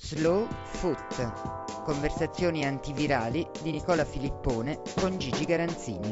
Slow Foot. Conversazioni antivirali di Nicola Filippone con Gigi Garanzini.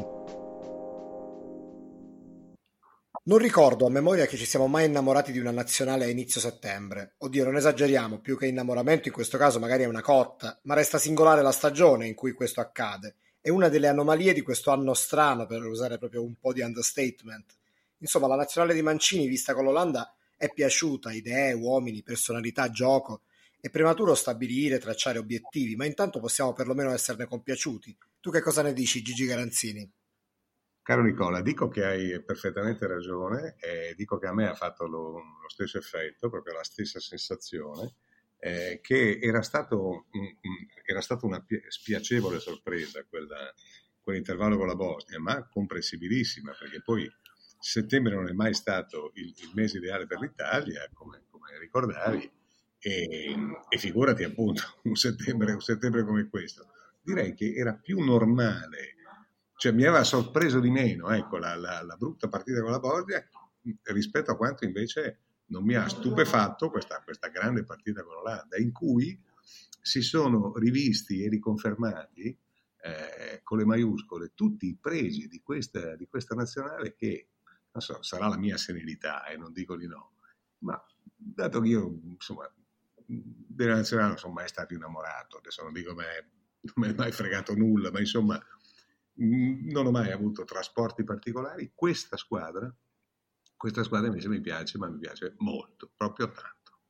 Non ricordo a memoria che ci siamo mai innamorati di una nazionale a inizio settembre. Oddio, non esageriamo, più che innamoramento in questo caso magari è una cotta, ma resta singolare la stagione in cui questo accade. È una delle anomalie di questo anno strano, per usare proprio un po' di understatement. Insomma, la nazionale di Mancini vista con l'Olanda è piaciuta, idee, uomini, personalità, gioco. È prematuro stabilire, tracciare obiettivi, ma intanto possiamo perlomeno esserne compiaciuti. Tu che cosa ne dici, Gigi Garanzini? Caro Nicola, dico che hai perfettamente ragione e dico che a me ha fatto lo stesso effetto, proprio la stessa sensazione, che era stata una spiacevole sorpresa quell'intervallo con la Bosnia, ma comprensibilissima, perché poi settembre non è mai stato il mese ideale per l'Italia, come ricordavi, e figurati appunto un settembre come questo. Direi che era più normale, cioè mi aveva sorpreso di meno, ecco, la brutta partita con la Bosnia rispetto a quanto invece non mi ha stupefatto questa grande partita con l'Olanda, in cui si sono rivisti e riconfermati con le maiuscole tutti i pregi di questa nazionale che, non so, sarà la mia senilità e non dico di no, ma dato che io, insomma, della nazionale non sono mai stato innamorato, adesso non dico non mi è mai fregato nulla, ma insomma non ho mai avuto trasporti particolari. Questa squadra invece mi piace, ma mi piace molto, proprio tanto.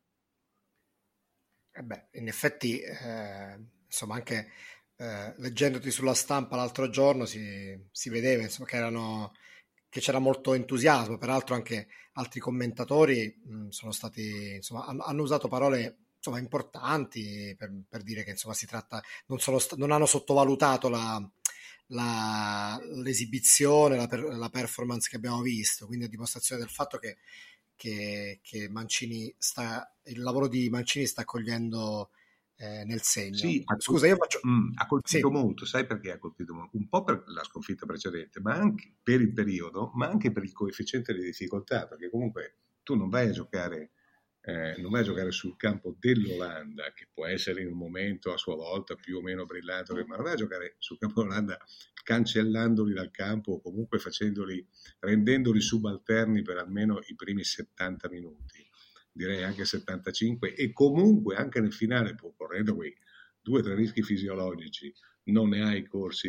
In effetti, insomma, anche leggendoti sulla stampa l'altro giorno si vedeva insomma, che c'era molto entusiasmo. Peraltro anche altri commentatori sono stati, insomma, hanno usato parole insomma, importanti per dire che insomma, si tratta, non hanno sottovalutato l'esibizione, la performance che abbiamo visto, quindi a dimostrazione del fatto che il lavoro di Mancini sta cogliendo nel segno. Sì, Scusa, io faccio... ha Sì, colpito molto, sai perché ha colpito molto? Un po' per la sconfitta precedente, ma anche per il periodo, ma anche per il coefficiente di difficoltà, perché comunque tu non vai a giocare sul campo dell'Olanda, che può essere in un momento a sua volta più o meno brillante, ma non vai a giocare sul campo dell'Olanda cancellandoli dal campo o comunque rendendoli subalterni per almeno i primi 70 minuti, direi anche 75, e comunque anche nel finale, correndo quei 2 o 3 rischi fisiologici, non ne hai corsi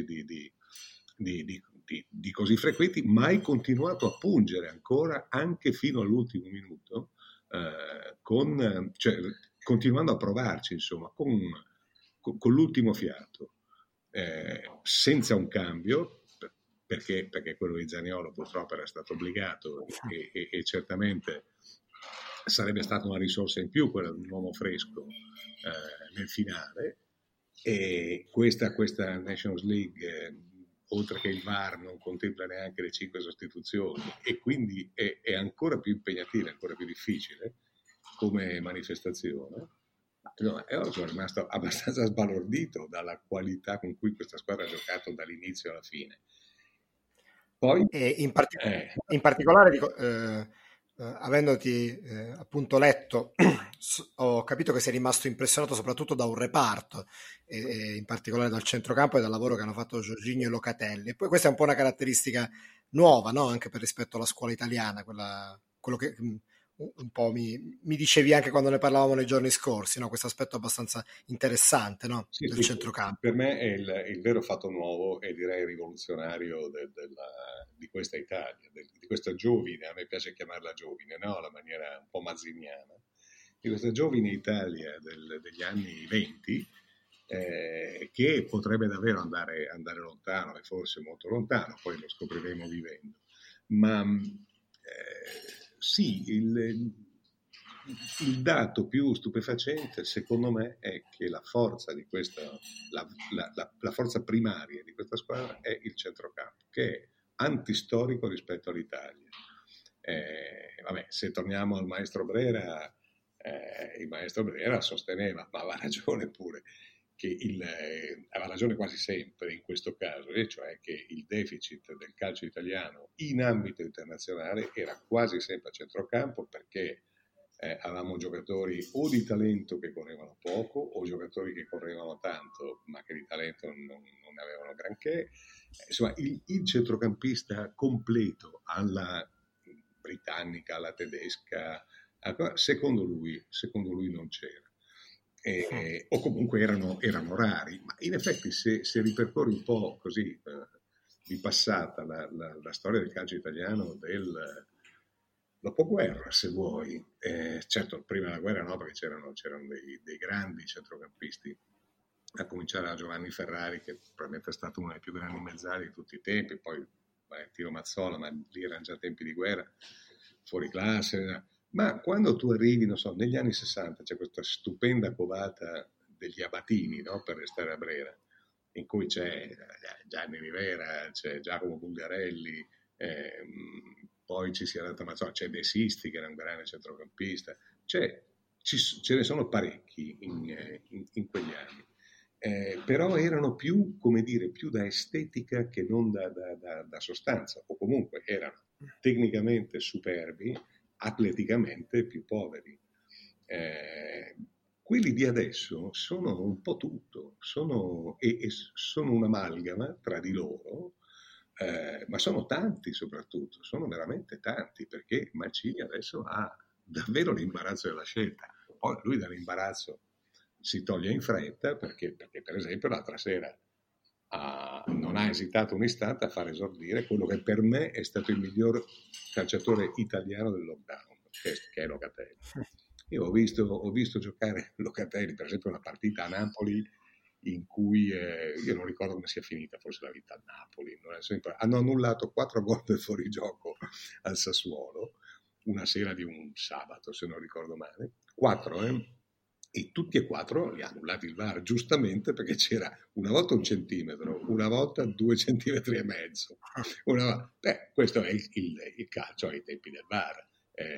di così frequenti, ma hai continuato a pungere ancora anche fino all'ultimo minuto, cioè, continuando a provarci, insomma, con l'ultimo fiato, senza un cambio, perché quello di Zaniolo purtroppo era stato obbligato e certamente sarebbe stata una risorsa in più quella di un uomo fresco nel finale. E questa Nations League, oltre che il VAR, non contempla neanche le 5 sostituzioni e quindi è ancora più impegnativa, ancora più difficile come manifestazione. Io sono rimasto abbastanza sbalordito dalla qualità con cui questa squadra ha giocato dall'inizio alla fine. Poi, e in particolare dico, avendoti appunto letto, ho capito che sei rimasto impressionato soprattutto da un reparto, e in particolare dal centrocampo e dal lavoro che hanno fatto Jorginho e Locatelli. E poi questa è un po' una caratteristica nuova, no? Anche per rispetto alla scuola italiana, quello che un po' mi dicevi anche quando ne parlavamo nei giorni scorsi, no? Questo aspetto abbastanza interessante, no? sì, Del sì, centrocampo. per me è il vero fatto nuovo e direi rivoluzionario di questa Italia, di questa giovine, a me piace chiamarla giovine, no? La maniera un po' mazziniana, di questa giovine Italia degli anni 20, che potrebbe davvero andare lontano e forse molto lontano, poi lo scopriremo vivendo. Ma sì, il dato più stupefacente, secondo me, è che la forza di la forza primaria di questa squadra è il centrocampo, che è antistorico rispetto all'Italia. Vabbè, se torniamo al maestro Brera, il maestro Brera sosteneva, ma aveva ragione pure, aveva ragione quasi sempre in questo caso, e cioè che il deficit del calcio italiano in ambito internazionale era quasi sempre a centrocampo, perché avevamo giocatori o di talento che correvano poco o giocatori che correvano tanto ma che di talento non ne avevano granché. Insomma, il centrocampista completo alla britannica, alla tedesca, secondo lui non c'era. O comunque erano rari, ma in effetti se ripercorri un po' così di passata la storia del calcio italiano del dopoguerra, se vuoi, certo prima della guerra no, perché c'erano dei grandi centrocampisti, a cominciare da Giovanni Ferrari, che probabilmente è stato uno dei più grandi mezzali di tutti i tempi, poi Tiro Mazzola, ma lì erano già tempi di guerra, fuori classe. Ma quando tu arrivi, non so, negli anni 60 c'è questa stupenda covata degli Abatini, no? Per restare a Brera, in cui c'è Gianni Rivera, c'è Giacomo Bulgarelli, poi ci si è dato Mazzola, c'è De Sisti che era un grande centrocampista, ce ne sono parecchi in quegli anni. Però erano più, come dire, più da estetica che non da sostanza, o comunque erano tecnicamente superbi, atleticamente più poveri. Quelli di adesso sono un po' tutto, sono un'amalgama tra di loro, ma sono tanti soprattutto, sono veramente tanti, perché Mancini adesso ha davvero l'imbarazzo della scelta. Poi lui dall'imbarazzo si toglie in fretta perché per esempio l'altra sera non ha esitato un istante a far esordire quello che per me è stato il miglior calciatore italiano del lockdown, che è Locatelli. Io ho visto giocare Locatelli, per esempio, una partita a Napoli in cui io non ricordo come sia finita, forse la vita a Napoli, hanno annullato 4 gol del fuorigioco al Sassuolo una sera di un sabato, se non ricordo male, 4, e tutti e 4 li ha annullati il VAR, giustamente, perché c'era una volta 1 centimetro, una volta 2,5 centimetri. Questo è il calcio ai tempi del VAR,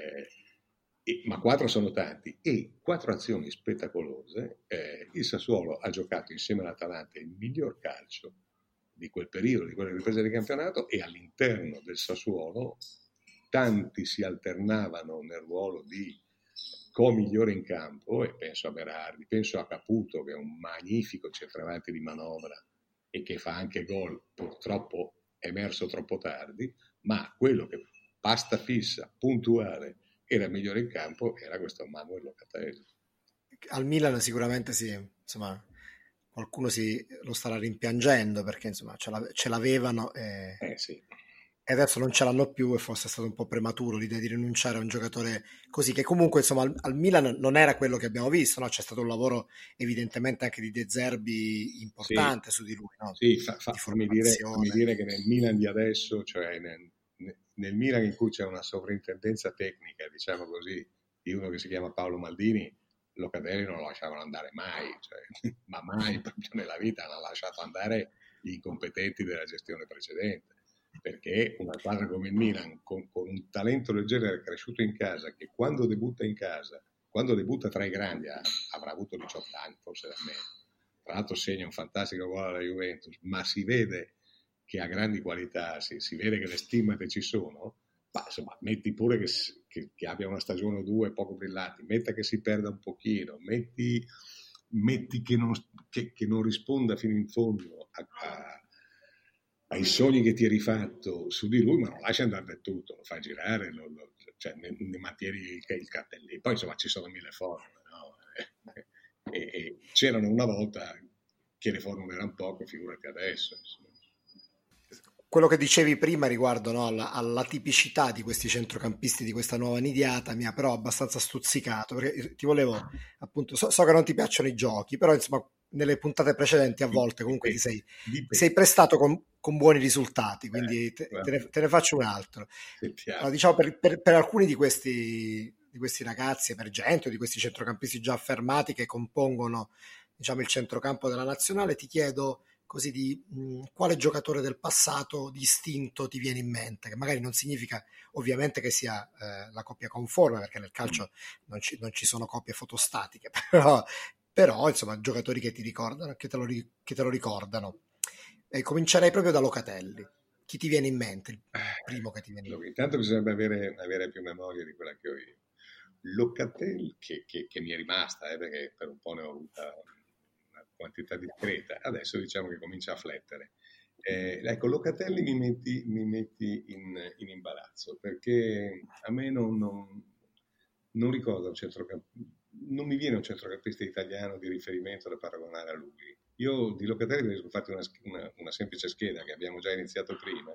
ma 4 sono tanti, e 4 azioni spettacolose. Il Sassuolo ha giocato insieme all'Atalanta il miglior calcio di quel periodo, di quelle riprese di campionato, e all'interno del Sassuolo tanti si alternavano nel ruolo di co-migliore in campo, e penso a Berardi, penso a Caputo, che è un magnifico centravanti di manovra e che fa anche gol, purtroppo emerso troppo tardi, ma quello che pasta fissa, puntuale, era migliore in campo, era questo Manuel Locatelli. Al Milan sicuramente sì, insomma, qualcuno lo starà rimpiangendo, perché insomma ce l'avevano sì. E adesso non ce l'hanno più, e forse è stato un po' prematuro l'idea di rinunciare a un giocatore così, che comunque insomma al Milan non era quello che abbiamo visto, no? C'è stato un lavoro evidentemente anche di De Zerbi importante su di lui, no? Sì, fammi dire che nel Milan di adesso, cioè nel Milan in cui c'è una sovrintendenza tecnica, diciamo così, di uno che si chiama Paolo Maldini, Locatelli non lo lasciavano andare mai, cioè, ma mai proprio nella vita hanno lasciato andare gli incompetenti della gestione precedente, perché una squadra come il Milan con un talento del genere cresciuto in casa, che quando debutta in casa, quando debutta tra i grandi, avrà avuto 18 anni, forse da meno, tra l'altro segna un fantastico gol alla Juventus, ma si vede che ha grandi qualità, si vede che le stimmate ci sono, ma insomma metti pure che abbia una stagione o due poco brillanti, metta che si perda un pochino, metti che non risponda fino in fondo ai sogni che ti hai rifatto su di lui, ma non lascia andare del tutto, lo fai girare, cioè ne mantieni il cartellino. Poi insomma ci sono 1000 formule, no? E c'erano una volta che le formule erano poche, figurati adesso. Insomma. Quello che dicevi prima riguardo, no, alla tipicità di questi centrocampisti di questa nuova nidiata mi ha però abbastanza stuzzicato, perché ti volevo appunto, so che non ti piacciono i giochi, però insomma nelle puntate precedenti a volte comunque ti sei prestato con buoni risultati, quindi te ne faccio un altro. Allora, diciamo per alcuni di questi ragazzi emergenti o di questi centrocampisti già affermati che compongono, diciamo, il centrocampo della nazionale, ti chiedo così di quale giocatore del passato distinto ti viene in mente, che magari non significa ovviamente che sia la coppia conforme, perché nel calcio non ci sono coppie fotostatiche, però insomma giocatori che ti ricordano, che te lo ricordano. Comincerei proprio da Locatelli. Chi ti viene in mente? Il primo che ti viene in mente? Intanto bisognerebbe avere più memoria di quella che ho io. Locatelli, che mi è rimasta, perché per un po' ne ho avuta una quantità discreta, adesso diciamo che comincia a flettere. Ecco, Locatelli mi metti in imbarazzo, perché a me non ricordo un centrocampista, non mi viene un centrocampista italiano di riferimento da paragonare a lui. Io di Locatelli mi sono fatto una semplice scheda che abbiamo già iniziato prima.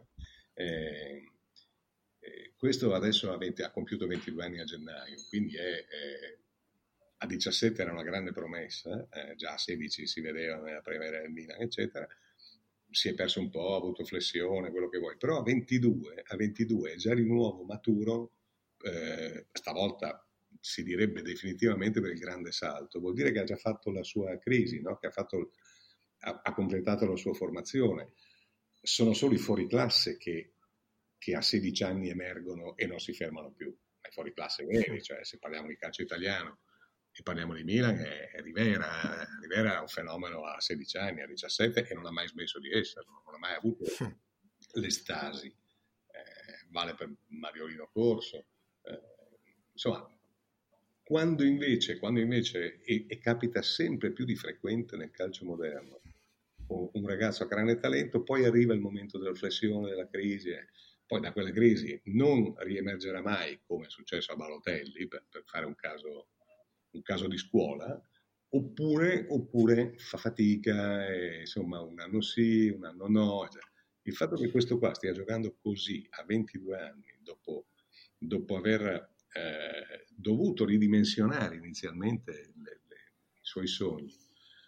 Questo adesso ha compiuto 22 anni a gennaio, quindi a 17 era una grande promessa, già a 16 si vedeva nella Primera del Milan, eccetera. Si è perso un po', ha avuto flessione, quello che vuoi, però a 22 è già di nuovo maturo, stavolta si direbbe definitivamente per il grande salto. Vuol dire che ha già fatto la sua crisi, no? Che ha completato la sua formazione. Sono solo i fuoriclasse che a 16 anni emergono e non si fermano più. Ma i fuoriclasse veri, cioè se parliamo di calcio italiano e parliamo di Milan, è Rivera. Rivera è un fenomeno a 16 anni, a 17 e non ha mai smesso di esserlo, non ha mai avuto l'estasi. Vale per Mariolino Corso. Insomma, quando invece e capita sempre più di frequente nel calcio moderno, un ragazzo a grande talento, poi arriva il momento della flessione, della crisi, poi da quella crisi non riemergerà mai, come è successo a Balotelli, per fare un caso di scuola, oppure fa fatica, insomma un anno sì, un anno no. Il fatto che questo qua stia giocando così a 22 anni, dopo aver dovuto ridimensionare inizialmente i suoi sogni,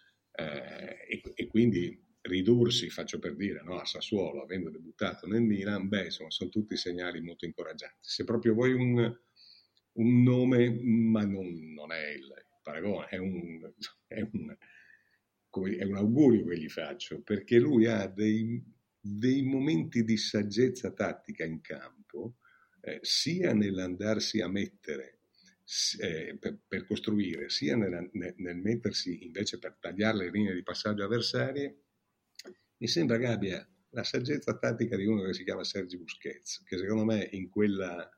e quindi ridursi, faccio per dire, no, a Sassuolo, avendo debuttato nel Milan, insomma, sono tutti segnali molto incoraggianti. Se proprio vuoi un nome, ma non è il paragone, è un augurio che gli faccio, perché lui ha dei momenti di saggezza tattica in campo, sia nell'andarsi a mettere per costruire, sia nel mettersi invece per tagliare le linee di passaggio avversarie. Mi sembra che abbia la saggezza tattica di uno che si chiama Sergi Busquets, che secondo me in quella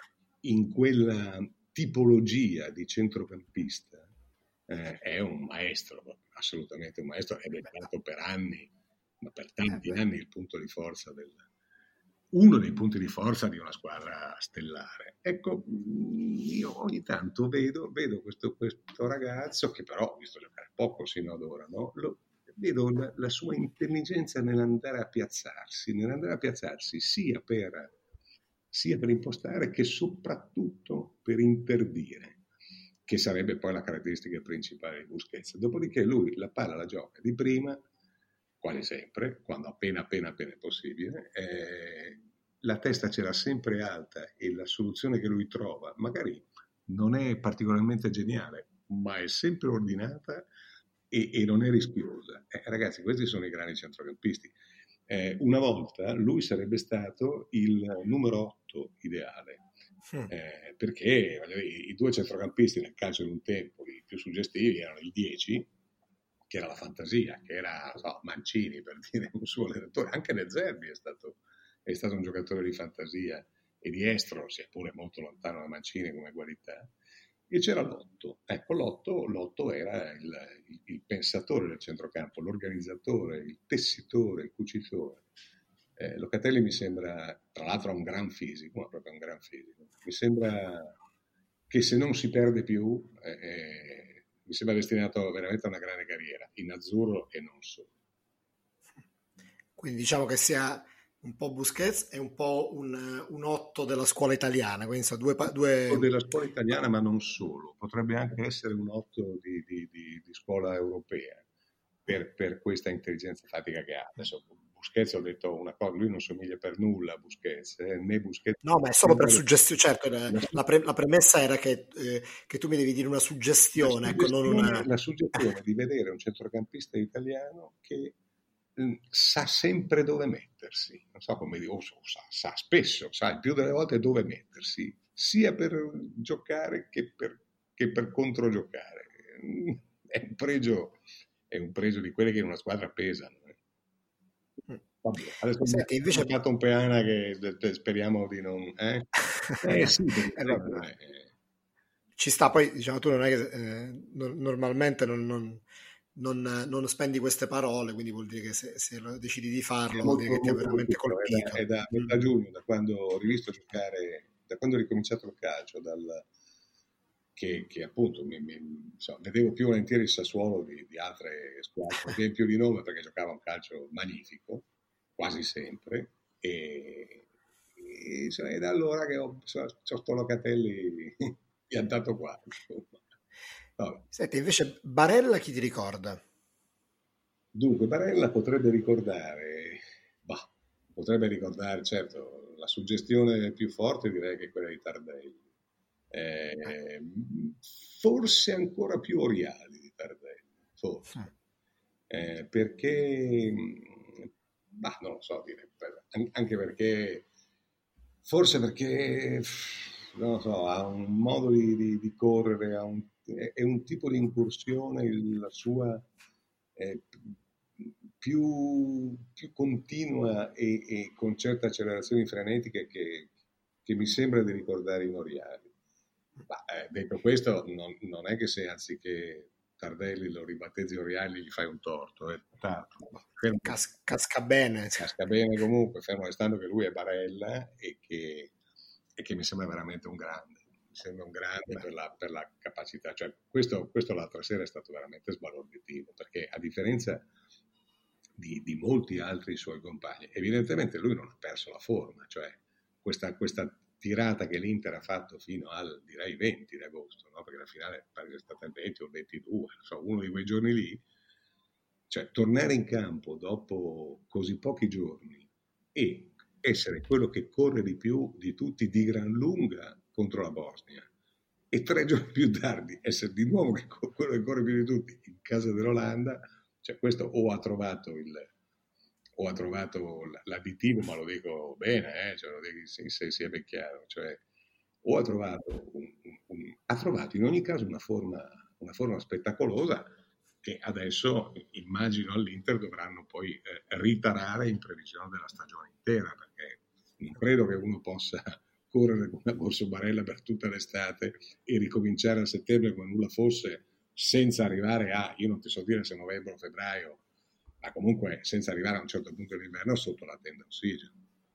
tipologia di centrocampista è un maestro, assolutamente un maestro, ed è stato per anni, ma per tanti anni, il punto di forza uno dei punti di forza di una squadra stellare. Ecco, io ogni tanto vedo questo ragazzo, che però ho visto giocare poco sino ad ora, no? Vedo la sua intelligenza nell'andare a piazzarsi sia per impostare che soprattutto per interdire, che sarebbe poi la caratteristica principale di Busquets. Dopodiché lui la palla la gioca di prima, quasi sempre, quando appena è possibile, la testa ce l'ha sempre alta e la soluzione che lui trova magari non è particolarmente geniale, ma è sempre ordinata e non è rischiosa. Ragazzi, questi sono i grandi centrocampisti. Una volta lui sarebbe stato il numero 8 ideale, perché i due centrocampisti nel calcio di un tempo, i più suggestivi, erano il 10, che era la fantasia, che era Mancini, per dire, un suo allenatore. Anche De Zerbi è stato un giocatore di fantasia e di estro, sia pure molto lontano da Mancini come qualità. E c'era l'Otto. Ecco, l'Otto era il pensatore del centrocampo, l'organizzatore, il tessitore, il cucitore. Locatelli mi sembra, tra l'altro ha un gran fisico, proprio un gran fisico. Mi sembra che se non si perde più, mi sembra destinato veramente a una grande carriera, in azzurro e non solo. Quindi diciamo che sia un po' Busquets e un po' un Otto della scuola italiana, quindi sono due... della scuola italiana, ma non solo, potrebbe anche essere un Otto di scuola europea per questa intelligenza tattica che ha. Adesso Busquets, ho detto una cosa, lui non somiglia per nulla a Busquets, né Busquets. No, ma è solo per suggestione, certo, la premessa era che tu mi devi dire una suggestione, ecco, non una... La suggestione di vedere un centrocampista italiano che sa sempre dove mettersi, non so come dire, sa spesso, sa il più delle volte dove mettersi, sia per giocare che per controgiocare. È un pregio di quelli che in una squadra pesano. Vabbè, adesso Senti, invece abbiamo fatto un peana che speriamo di non... sì, ci sta. Poi diciamo, tu non è che normalmente non spendi queste parole, quindi vuol dire che se decidi di farlo vuol dire Molto, che ti ha molto veramente colpito. È colpito. da metà giugno, da quando ho rivisto giocare, da quando ho ricominciato il calcio, che appunto insomma, vedevo più volentieri il Sassuolo di altre squadre che in più di nome, perché giocava un calcio magnifico, quasi sempre, insomma, è da allora che ho sto Locatelli piantato qua. Vabbè. Senti, invece Barella chi ti ricorda? Dunque, Barella potrebbe ricordare, certo, la suggestione più forte direi che è quella di Tardelli. Eh, Forse ancora più Oriali di Tardelli, forse. Perché, non lo so dire, anche perché, forse perché, non lo so, ha un modo di correre, è un tipo di incursione, la sua è più continua e con certe accelerazioni frenetiche che mi sembra di ricordare in Oriali. Detto questo, non è che se anziché Tardelli lo ribattezzi Oriali gli fai un torto. Casca bene. Casca bene comunque, fermo restando che lui è Barella e che mi sembra veramente un grande. Mi sembra un grande per la capacità. Cioè, questo l'altra sera è stato veramente sbalorditivo, perché a differenza di molti altri suoi compagni, evidentemente lui non ha perso la forma, cioè questa tirata che l'Inter ha fatto fino al, direi, 20 di agosto, no? Perché la finale pare sia stata il 20 o il 22, uno di quei giorni lì, cioè tornare in campo dopo così pochi giorni e essere quello che corre di più di tutti di gran lunga contro la Bosnia, e 3 giorni più tardi essere di nuovo quello che corre più di tutti in casa dell'Olanda, cioè questo o ha trovato l'additivo, ma lo dico bene, cioè lo dico, se sia ben chiaro, cioè o ha trovato ha trovato in ogni caso una forma spettacolosa che adesso immagino all'Inter dovranno poi ritarare in previsione della stagione intera, perché non credo che uno possa correre con una Borso Barella per tutta l'estate e ricominciare a settembre come nulla fosse, senza arrivare io non ti so dire se novembre o febbraio, ma comunque senza arrivare a un certo punto dell'inverno sotto la tenda ossigeno.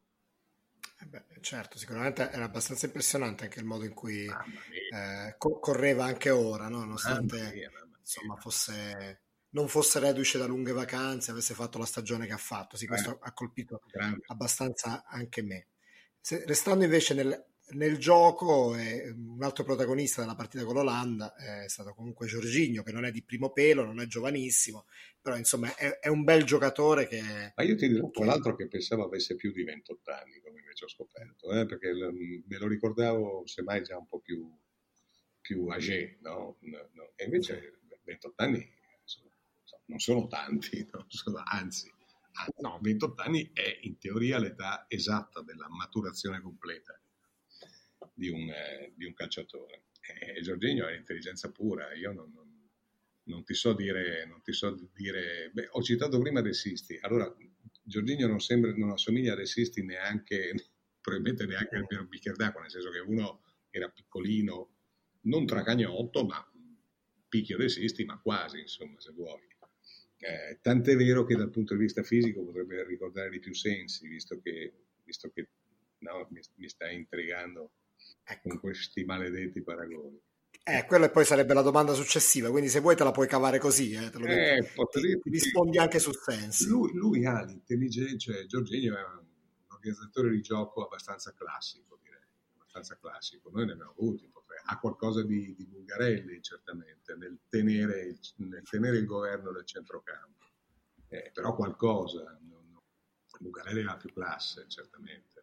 Certo, sicuramente era abbastanza impressionante anche il modo in cui correva anche ora, no? Nonostante insomma non fosse reduce da lunghe vacanze, avesse fatto la stagione che ha fatto. Sì, questo ha colpito abbastanza anche me. Restando invece nel gioco, un altro protagonista della partita con l'Olanda è stato comunque Jorginho, che non è di primo pelo, non è giovanissimo, però insomma è un bel giocatore che... Ma io ti dirò tra l'altro che pensavo avesse più di 28 anni, come invece ho scoperto, perché me lo ricordavo semmai già un po' più âgé, no? E invece 28 anni non sono tanti, no? Anzi, 28 anni è in teoria l'età esatta della maturazione completa di un calciatore. Jorginho è intelligenza pura, io non ti so dire, beh, ho citato prima De Sisti, allora Jorginho non assomiglia a De Sisti neanche, probabilmente neanche al vero bicchiere d'acqua, nel senso che uno era piccolino, non tracagnotto, ma picchio De Sisti, ma quasi, insomma, se vuoi. Tant'è vero che dal punto di vista fisico potrebbe ricordare di più Sensi, visto che no, mi sta intrigando con questi maledetti paragoni. Quella poi sarebbe la domanda successiva, quindi se vuoi te la puoi cavare così, te lo ti rispondi anche su Sensi. Lui ha l'intelligenza, cioè Jorginho è un organizzatore di gioco abbastanza classico, direi, abbastanza classico. Noi ne abbiamo avuti, ha qualcosa di Bulgarelli certamente nel tenere il governo del centrocampo, però qualcosa, Bulgarelli ha più classe certamente,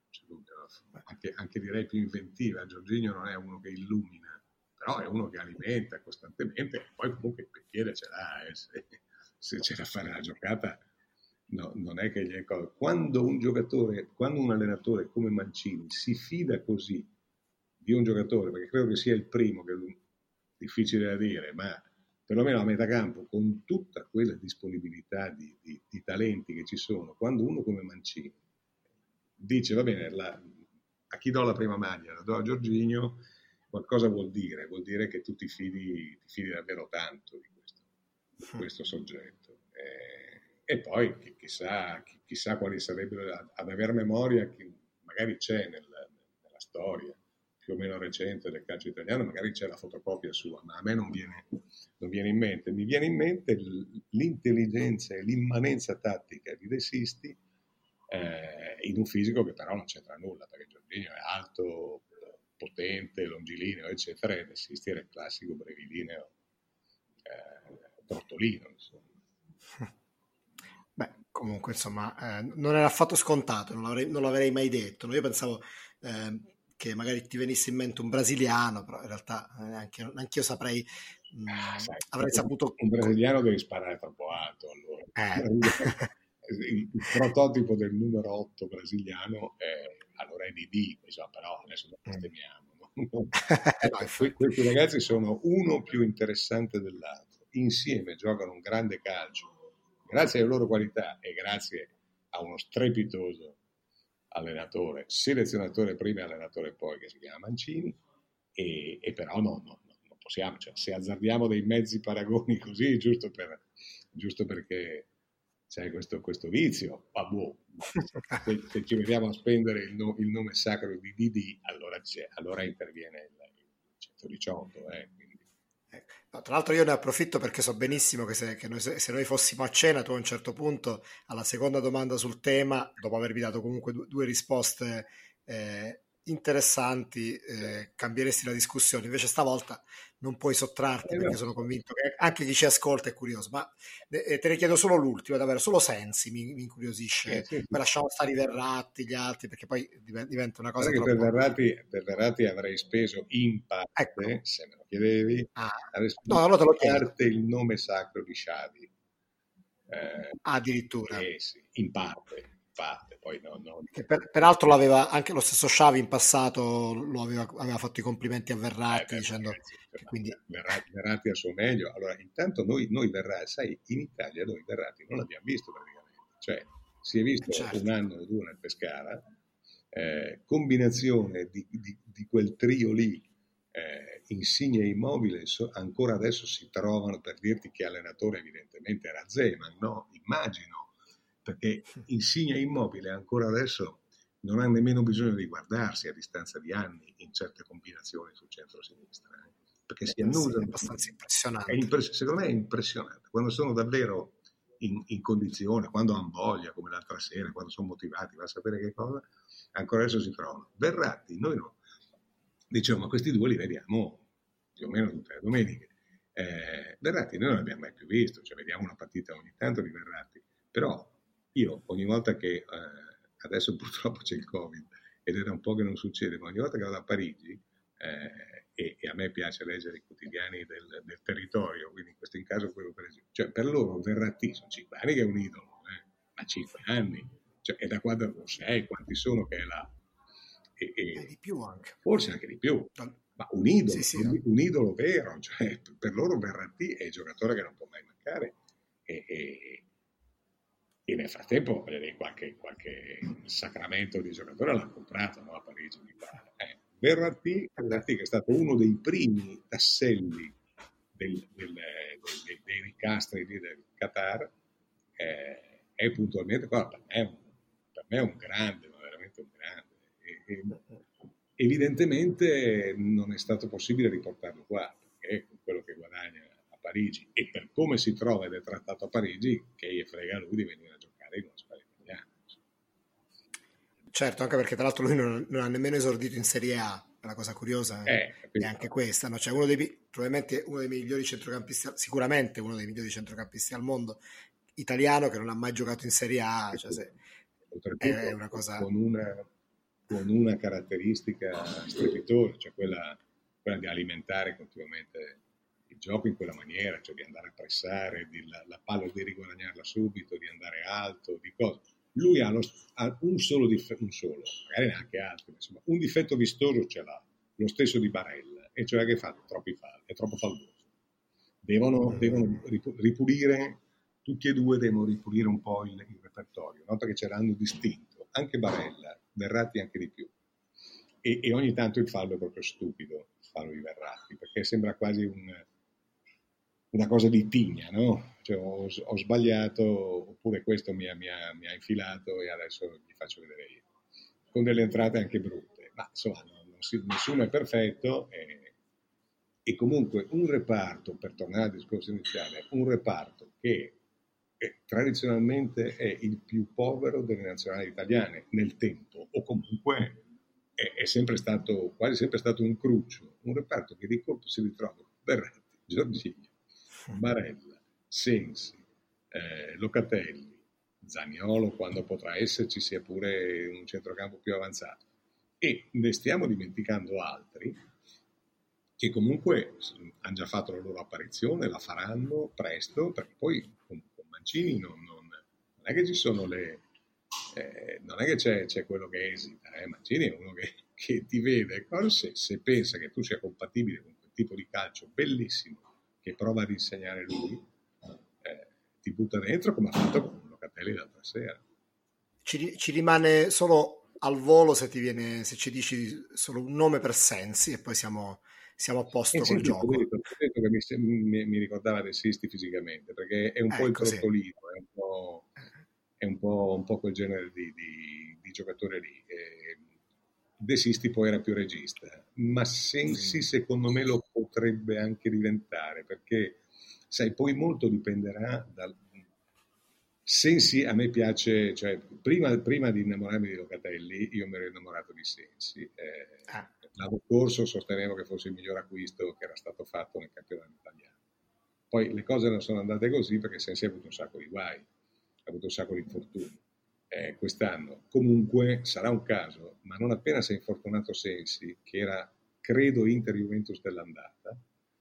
anche direi più inventiva. Jorginho non è uno che illumina, però è uno che alimenta costantemente, e poi comunque il piede ce l'ha, se c'è da fare la giocata, no, non è che gli è cosa. Quando un allenatore come Mancini si fida così di un giocatore, perché credo che sia il primo, che è difficile da dire, ma perlomeno a metà campo, con tutta quella disponibilità di talenti che ci sono, quando uno come Mancini dice va bene, a chi do la prima maglia? La do a Jorginho, qualcosa vuol dire? Vuol dire che tu ti fidi davvero tanto di questo soggetto. E poi chissà quali sarebbero, ad aver memoria, che magari c'è nella storia più o meno recente del calcio italiano, magari c'è la fotocopia sua, ma a me non viene in mente. Mi viene in mente l'intelligenza e l'immanenza tattica di De Sisti, in un fisico che però non c'entra nulla, perché Jorginho è alto, potente, longilineo, eccetera, e De Sisti era il classico brevilineo trottolino, insomma. Beh, comunque, insomma, non era affatto scontato, non l'avrei mai detto. No? Io pensavo che magari ti venisse in mente un brasiliano, però in realtà anch'io saprei, Sai, avrei saputo... un brasiliano devi sparare troppo alto, allora. Il prototipo del numero 8 brasiliano allora è Didi, insomma, però adesso lo bestemmiamo. No? Questi ragazzi sono uno più interessante dell'altro, insieme giocano un grande calcio grazie alle loro qualità e grazie a uno strepitoso allenatore, selezionatore prima e allenatore poi, che si chiama Mancini, e però non possiamo, cioè, se azzardiamo dei mezzi paragoni così, giusto perché c'è questo vizio, se ci vediamo a spendere il nome sacro di Didi, allora interviene il 118, quindi. No, tra l'altro io ne approfitto perché so benissimo che se noi fossimo a cena, tu a un certo punto, alla seconda domanda sul tema, dopo avermi dato comunque due risposte interessanti, cambieresti la discussione. Invece stavolta non puoi sottrarti perché sono convinto che anche chi ci ascolta è curioso. Ma te ne chiedo solo l'ultimo, davvero, solo Sensi mi incuriosisce. Sì. Poi lasciamo stare i Verratti, gli altri, perché poi diventa una cosa Guarda troppo... che per Verratti avrei speso in parte, Ecco. se me lo chiedevi, avrei speso No, allora te lo in chiedo. parte il nome sacro di Xavi. Addirittura. Sì, in parte, poi no. Che peraltro l'aveva anche lo stesso Xavi in passato, aveva fatto i complimenti a Verratti dicendo che quindi... Verratti al suo meglio. Allora, intanto noi Verratti, sai, in Italia noi Verratti non l'abbiamo visto praticamente, cioè si è visto certo. un anno o due nel Pescara, combinazione di quel trio lì, Insigne e Immobile, ancora adesso si trovano, per dirti che allenatore evidentemente era Zeman, no? Immagino, perché Insigne e Immobile ancora adesso non hanno nemmeno bisogno di guardarsi a distanza di anni in certe combinazioni sul centro-sinistra, perché si annusano. È abbastanza impressionante. Secondo me è impressionante, quando sono davvero in condizione, quando hanno voglia, come l'altra sera, quando sono motivati, va a sapere che cosa, ancora adesso si trovano. Verratti, noi no. Dicevo, ma questi due li vediamo più o meno tutte le domeniche. Verratti noi non l'abbiamo mai più visto, cioè vediamo una partita ogni tanto di Verratti, però io ogni volta che, adesso purtroppo c'è il Covid ed è da un po' che non succede, ma ogni volta che vado a Parigi, e a me piace leggere i quotidiani del territorio, quindi in questo caso quello per esempio, cioè per loro Verratti sono 5 anni che è un idolo, ma 5 anni, cioè è da quando non sei, quanti sono che è là, e di più anche. Forse anche di più, ma un idolo, sì. un idolo vero, cioè per loro Verratti è il giocatore che non può mai mancare, e nel frattempo qualche sacramento di giocatore l'ha comprato, no, a Parigi, mi pare. Verratti che è stato uno dei primi tasselli dei ricastri del Qatar, è puntualmente qua, per me è un grande, ma veramente un grande. Evidentemente non è stato possibile riportarlo qua, perché con quello che guadagna a Parigi e per come si trova ed è trattato a Parigi, che gli frega lui di venire a giocare in una squadra italiana. Certo, anche perché tra l'altro lui non ha nemmeno esordito in Serie A, è una cosa curiosa, è anche questa, no? Cioè probabilmente uno dei migliori centrocampisti, sicuramente uno dei migliori centrocampisti al mondo, italiano, che non ha mai giocato in Serie A, cioè è una cosa... Con una caratteristica strepitosa, cioè quella di alimentare continuamente il gioco in quella maniera, cioè di andare a pressare, la palla di riguadagnarla subito, di andare alto, di cose. Lui ha un solo, magari neanche altri, ma insomma, un difetto vistoso ce l'ha, lo stesso di Barella, e cioè che fa troppi falli, è troppo falloso. Devono ripulire, tutti e due devono ripulire un po' il repertorio, no? Perché ce l'hanno distinto, anche Barella, Verratti anche di più. e ogni tanto il fallo è proprio stupido, il fallo di Verratti, perché sembra quasi una cosa di tigna, no? Cioè, ho sbagliato, oppure questo mi ha infilato e adesso gli faccio vedere io. Con delle entrate anche brutte, ma insomma nessuno è perfetto e comunque un reparto, per tornare al discorso iniziale, un reparto che tradizionalmente è il più povero delle nazionali italiane nel tempo, o comunque è sempre stato, quasi sempre stato un cruccio, un reparto che di colpo si ritrova Verratti, Giorginio, Barella, Sensi, Locatelli, Zaniolo quando potrà esserci sia pure un centrocampo più avanzato, e ne stiamo dimenticando altri che comunque hanno già fatto la loro apparizione, la faranno presto, perché poi con Mancini non è che ci sono non è che c'è quello che esita, Mancini è uno che ti vede, se pensa che tu sia compatibile con quel tipo di calcio bellissimo che prova ad insegnare lui, ti butta dentro come ha fatto con Locatelli l'altra sera. Ci rimane solo al volo se ci dici solo un nome per Sensi e poi siamo a posto col gioco. Ho detto che mi ricordava De Sisti fisicamente, perché è un po' il trottolino, è un po' quel genere di giocatore lì. De Sisti poi era più regista, ma Sensi secondo me lo potrebbe anche diventare, perché sai, poi molto dipenderà dal... Sensi a me piace, cioè prima di innamorarmi di Locatelli io mi ero innamorato di Sensi. L'anno scorso sostenevo che fosse il miglior acquisto che era stato fatto nel campionato italiano. Poi le cose non sono andate così perché Sensi ha avuto un sacco di guai, ha avuto un sacco di infortuni. Quest'anno comunque sarà un caso, ma non appena si è infortunato Sensi, che era credo Inter-Juventus dell'andata,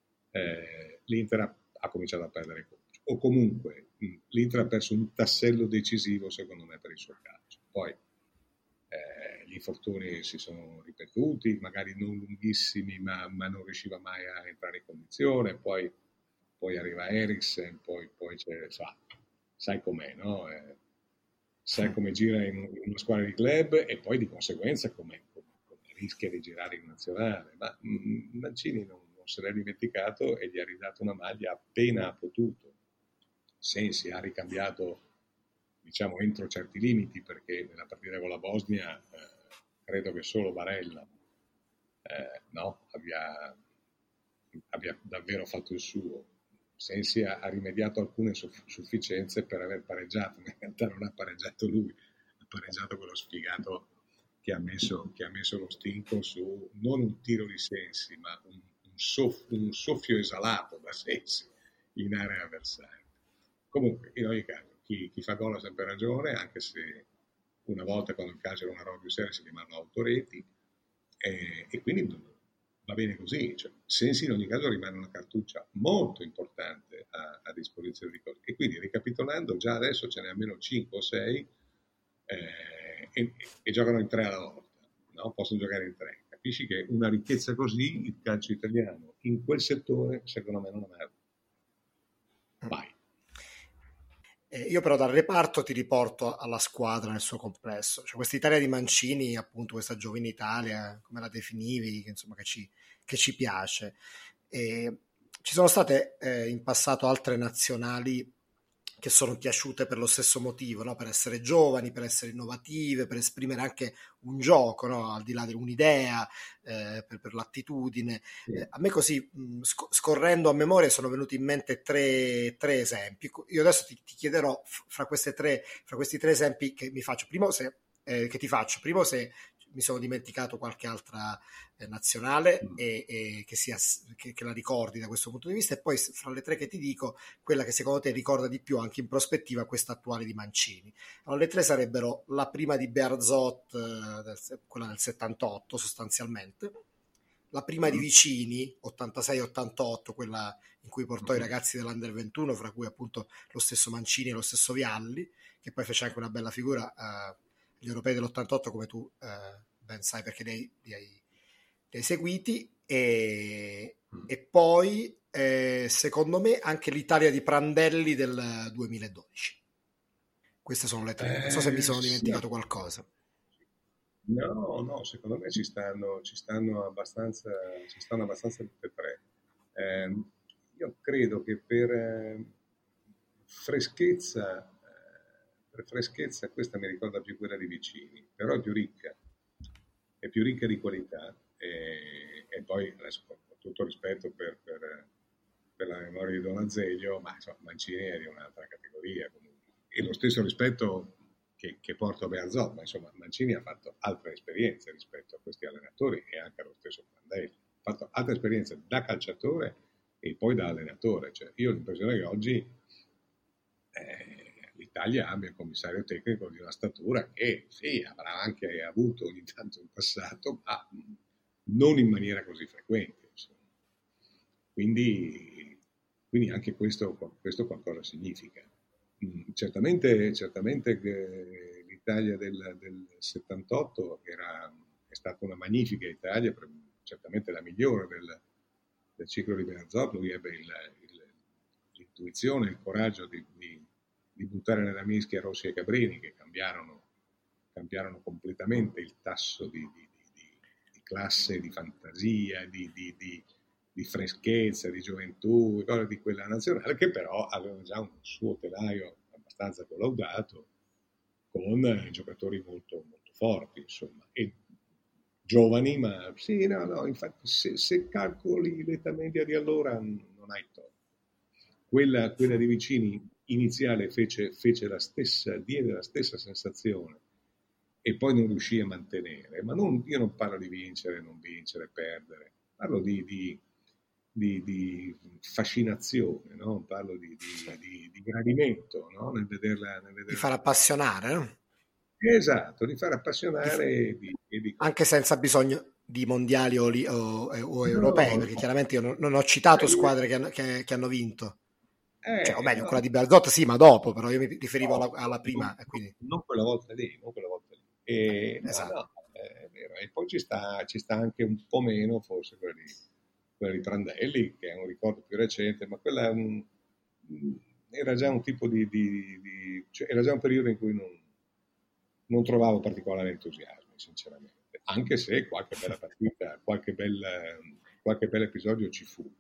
l'Inter ha cominciato a perdere colpi. O comunque l'Inter ha perso un tassello decisivo secondo me per il suo calcio. Poi gli infortuni si sono ripetuti, magari non lunghissimi, ma non riusciva mai a entrare in condizione, poi arriva Eriksen, poi c'è, sai com'è, no? Sai come gira in una squadra di club e poi di conseguenza come rischia di girare in nazionale, ma Mancini non se l'è dimenticato e gli ha ridato una maglia appena ha potuto. Sensi ha ricambiato, diciamo, entro certi limiti, perché nella partita con la Bosnia credo che solo Barella abbia davvero fatto il suo. Sensi ha rimediato alcune sufficienze per aver pareggiato, ma in realtà non ha pareggiato lui, ha pareggiato quello sfigato che ha messo lo stinco su non un tiro di Sensi, ma un soffio esalato da Sensi in area avversaria. Comunque, in ogni caso, chi fa gol ha sempre ragione, anche se una volta quando il calcio era una roba più seria si chiamavano autoreti, e quindi va bene così. Cioè, Sensi in ogni caso rimane una cartuccia molto importante a disposizione di cose. E quindi, ricapitolando, già adesso ce n'è almeno 5 o 6 e giocano in 3 alla volta, no? Possono giocare in 3. Capisci che una ricchezza così il calcio italiano in quel settore secondo me non ha mai. Vai. Io però dal reparto ti riporto alla squadra nel suo complesso, cioè questa Italia di Mancini, appunto questa giovine Italia, come la definivi, che ci piace. Ci sono state in passato altre nazionali che sono piaciute per lo stesso motivo, no? Per essere giovani, per essere innovative, per esprimere anche un gioco, no? Al di là di un'idea, per l'attitudine. A me così, scorrendo a memoria, sono venuti in mente tre esempi. Io adesso ti chiederò fra questi tre esempi che mi faccio, primo se mi sono dimenticato qualche altra nazionale e che la ricordi da questo punto di vista, e poi fra le tre che ti dico quella che secondo te ricorda di più anche in prospettiva questa attuale di Mancini. Allora, le tre sarebbero la prima di Bearzot, quella del 78 sostanzialmente, la prima di Vicini 86-88, quella in cui portò i ragazzi dell'Under 21, fra cui appunto lo stesso Mancini e lo stesso Vialli, che poi fece anche una bella figura gli europei dell'88, come tu ben sai perché li hai seguiti, e poi secondo me anche l'Italia di Prandelli del 2012. Queste sono le tre, non so se mi sono dimenticato qualcosa. No, secondo me ci stanno abbastanza tutte e tre. Io credo che freschezza, per freschezza questa mi ricorda più quella di Vicini, però è più ricca di qualità e poi adesso con tutto rispetto per la memoria di Don Azeglio, ma insomma, Mancini è di un'altra categoria comunque. E lo stesso rispetto che porto a Bearzot, ma insomma Mancini ha fatto altre esperienze rispetto a questi allenatori e anche allo stesso Prandelli. Ha fatto altre esperienze da calciatore e poi da allenatore. Cioè, io ho l'impressione che oggi l'Italia abbia un commissario tecnico di una statura che sì, avrà anche avuto ogni tanto in passato, ma non in maniera così frequente. Insomma. Quindi anche questo qualcosa significa. Certamente che l'Italia del 78 è stata una magnifica Italia, certamente la migliore del ciclo di Bearzot. Lui ebbe l'intuizione, il coraggio di buttare nella mischia Rossi e Cabrini, che cambiarono completamente il tasso di classe, di fantasia, di freschezza, di gioventù, di quella nazionale, che però aveva già un suo telaio abbastanza collaudato, con giocatori molto, molto forti, insomma, e giovani, ma sì, no, infatti se calcoli l'età media di allora non hai torto. Quella di Vicini iniziale diede la stessa sensazione e poi non riuscì a mantenere, ma io non parlo di vincere, non vincere, perdere, parlo di fascinazione, no? Parlo di gradimento, no? Di far appassionare, no? Esatto, di far Di f- appassionare Anche senza bisogno di mondiali o europei, No, perché no. chiaramente io non ho citato Io- squadre che hanno vinto. Cioè, o meglio, no, quella di Bearzot sì, ma dopo, però io mi riferivo alla non, prima, e quindi non quella volta lì, non quella volta lì. E, esatto. no, è vero. E poi ci sta anche un po' meno forse quella di Prandelli, che è un ricordo più recente, ma quella era già un tipo cioè era già un periodo in cui non trovavo particolare entusiasmo, sinceramente. Anche se qualche bella partita, qualche bel episodio ci fu.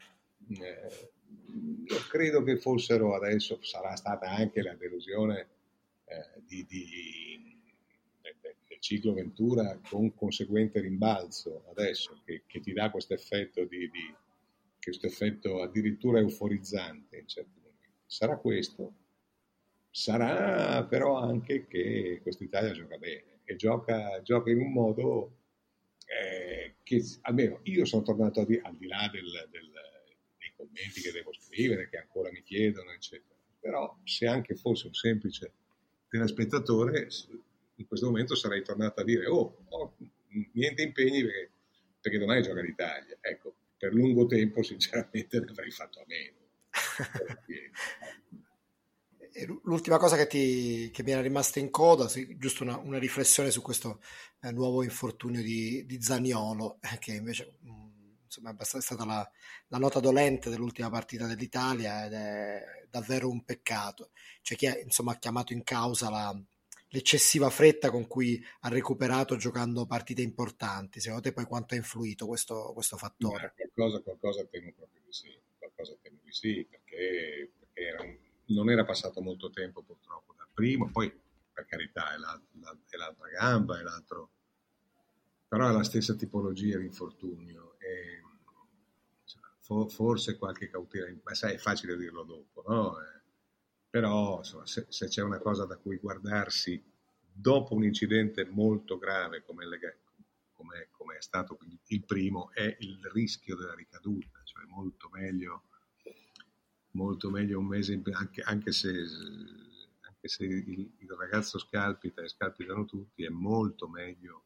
Io credo che fossero adesso, sarà stata anche la delusione del ciclo Ventura con conseguente rimbalzo adesso che ti dà questo effetto addirittura euforizzante in certi momenti. Sarà questo, sarà però anche che quest'Italia gioca bene e gioca in un modo che almeno io sono tornato al di là dei commenti che devo scrivere, che ancora mi chiedono, eccetera. Però se anche fosse un semplice telespettatore, in questo momento sarei tornato a dire niente impegni perché domani gioca l'Italia. Ecco, per lungo tempo sinceramente ne avrei fatto a meno. E l'ultima cosa che mi era rimasta in coda, sì, giusto una riflessione su questo nuovo infortunio di Zaniolo, che invece insomma, è stata la nota dolente dell'ultima partita dell'Italia ed è davvero un peccato. C'è chi insomma, ha chiamato in causa l'eccessiva fretta con cui ha recuperato giocando partite importanti. Secondo te poi quanto ha influito questo fattore? Qualcosa temo proprio di sì, perché non era passato molto tempo purtroppo dal primo, poi per carità è l'altra gamba, però è la stessa tipologia di infortunio e forse qualche cautela, ma sai, è facile dirlo dopo, no? Però insomma, se c'è una cosa da cui guardarsi dopo un incidente molto grave come è stato il primo, è il rischio della ricaduta, cioè molto meglio un mese, anche se il ragazzo scalpita e scalpitano tutti, è molto meglio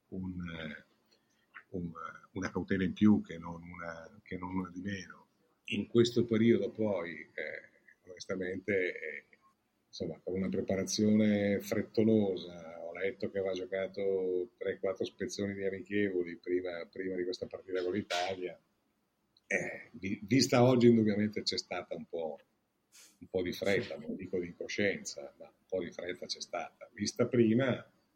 una cautela in più che non una di meno. In questo periodo poi, onestamente, insomma, con una preparazione frettolosa, ho letto che aveva giocato 3-4 spezzoni di amichevoli prima di questa partita con l'Italia. Vista oggi indubbiamente c'è stata un po' di fretta, non dico di incoscienza, ma un po' di fretta c'è stata. Vista prima,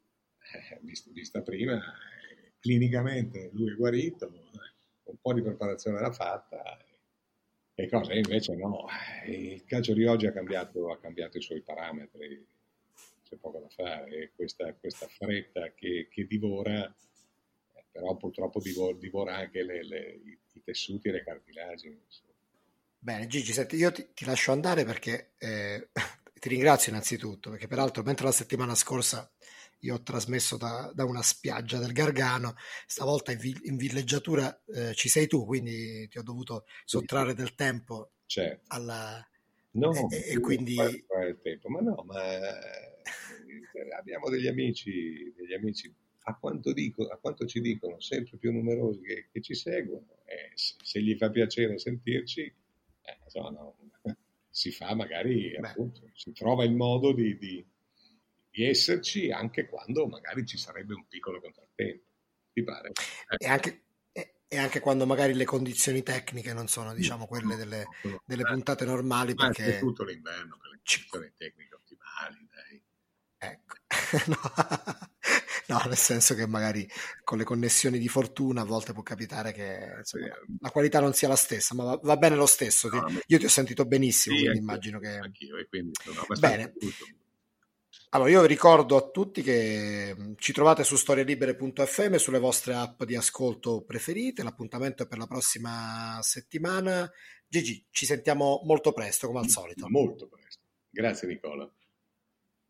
vista prima, clinicamente lui è guarito, un po' di preparazione era fatta, e cosa? E invece no, il calcio di oggi ha cambiato i suoi parametri, c'è poco da fare, e questa fretta che divora, però purtroppo divora anche i tessuti e le cartilagini. Insomma. Bene, Gigi, senti, io ti lascio andare perché ti ringrazio innanzitutto, perché peraltro mentre la settimana scorsa io ho trasmesso da una spiaggia del Gargano, stavolta in villeggiatura ci sei tu, quindi ti ho dovuto sottrarre del tempo Certo. alla... No, e quindi... fare il tempo, ma no, ma abbiamo degli amici a quanto ci dicono, sempre più numerosi che ci seguono, e se gli fa piacere sentirci, insomma, no, si fa magari, Beh, appunto, si trova il modo di esserci anche quando magari ci sarebbe un piccolo contrattempo, ti pare? e anche, e anche quando magari le condizioni tecniche non sono, No, diciamo, quelle no, no, delle puntate normali, ma c'è perché tutto l'inverno per le ci, condizioni tecniche ottimali, dai. ecco, no, no, nel senso che magari con le connessioni di fortuna a volte può capitare che insomma, Speriamo. la qualità non sia la stessa, ma va bene lo stesso. No, Io ti ho sentito benissimo, sì, quindi immagino che... anch'io, e quindi sono abbastanza Bene, giusto. allora io ricordo a tutti che ci trovate su storielibere.fm, sulle vostre app di ascolto preferite. L'appuntamento è per la prossima settimana. Gigi, ci sentiamo molto presto, come al solito. Molto presto. Grazie Nicola.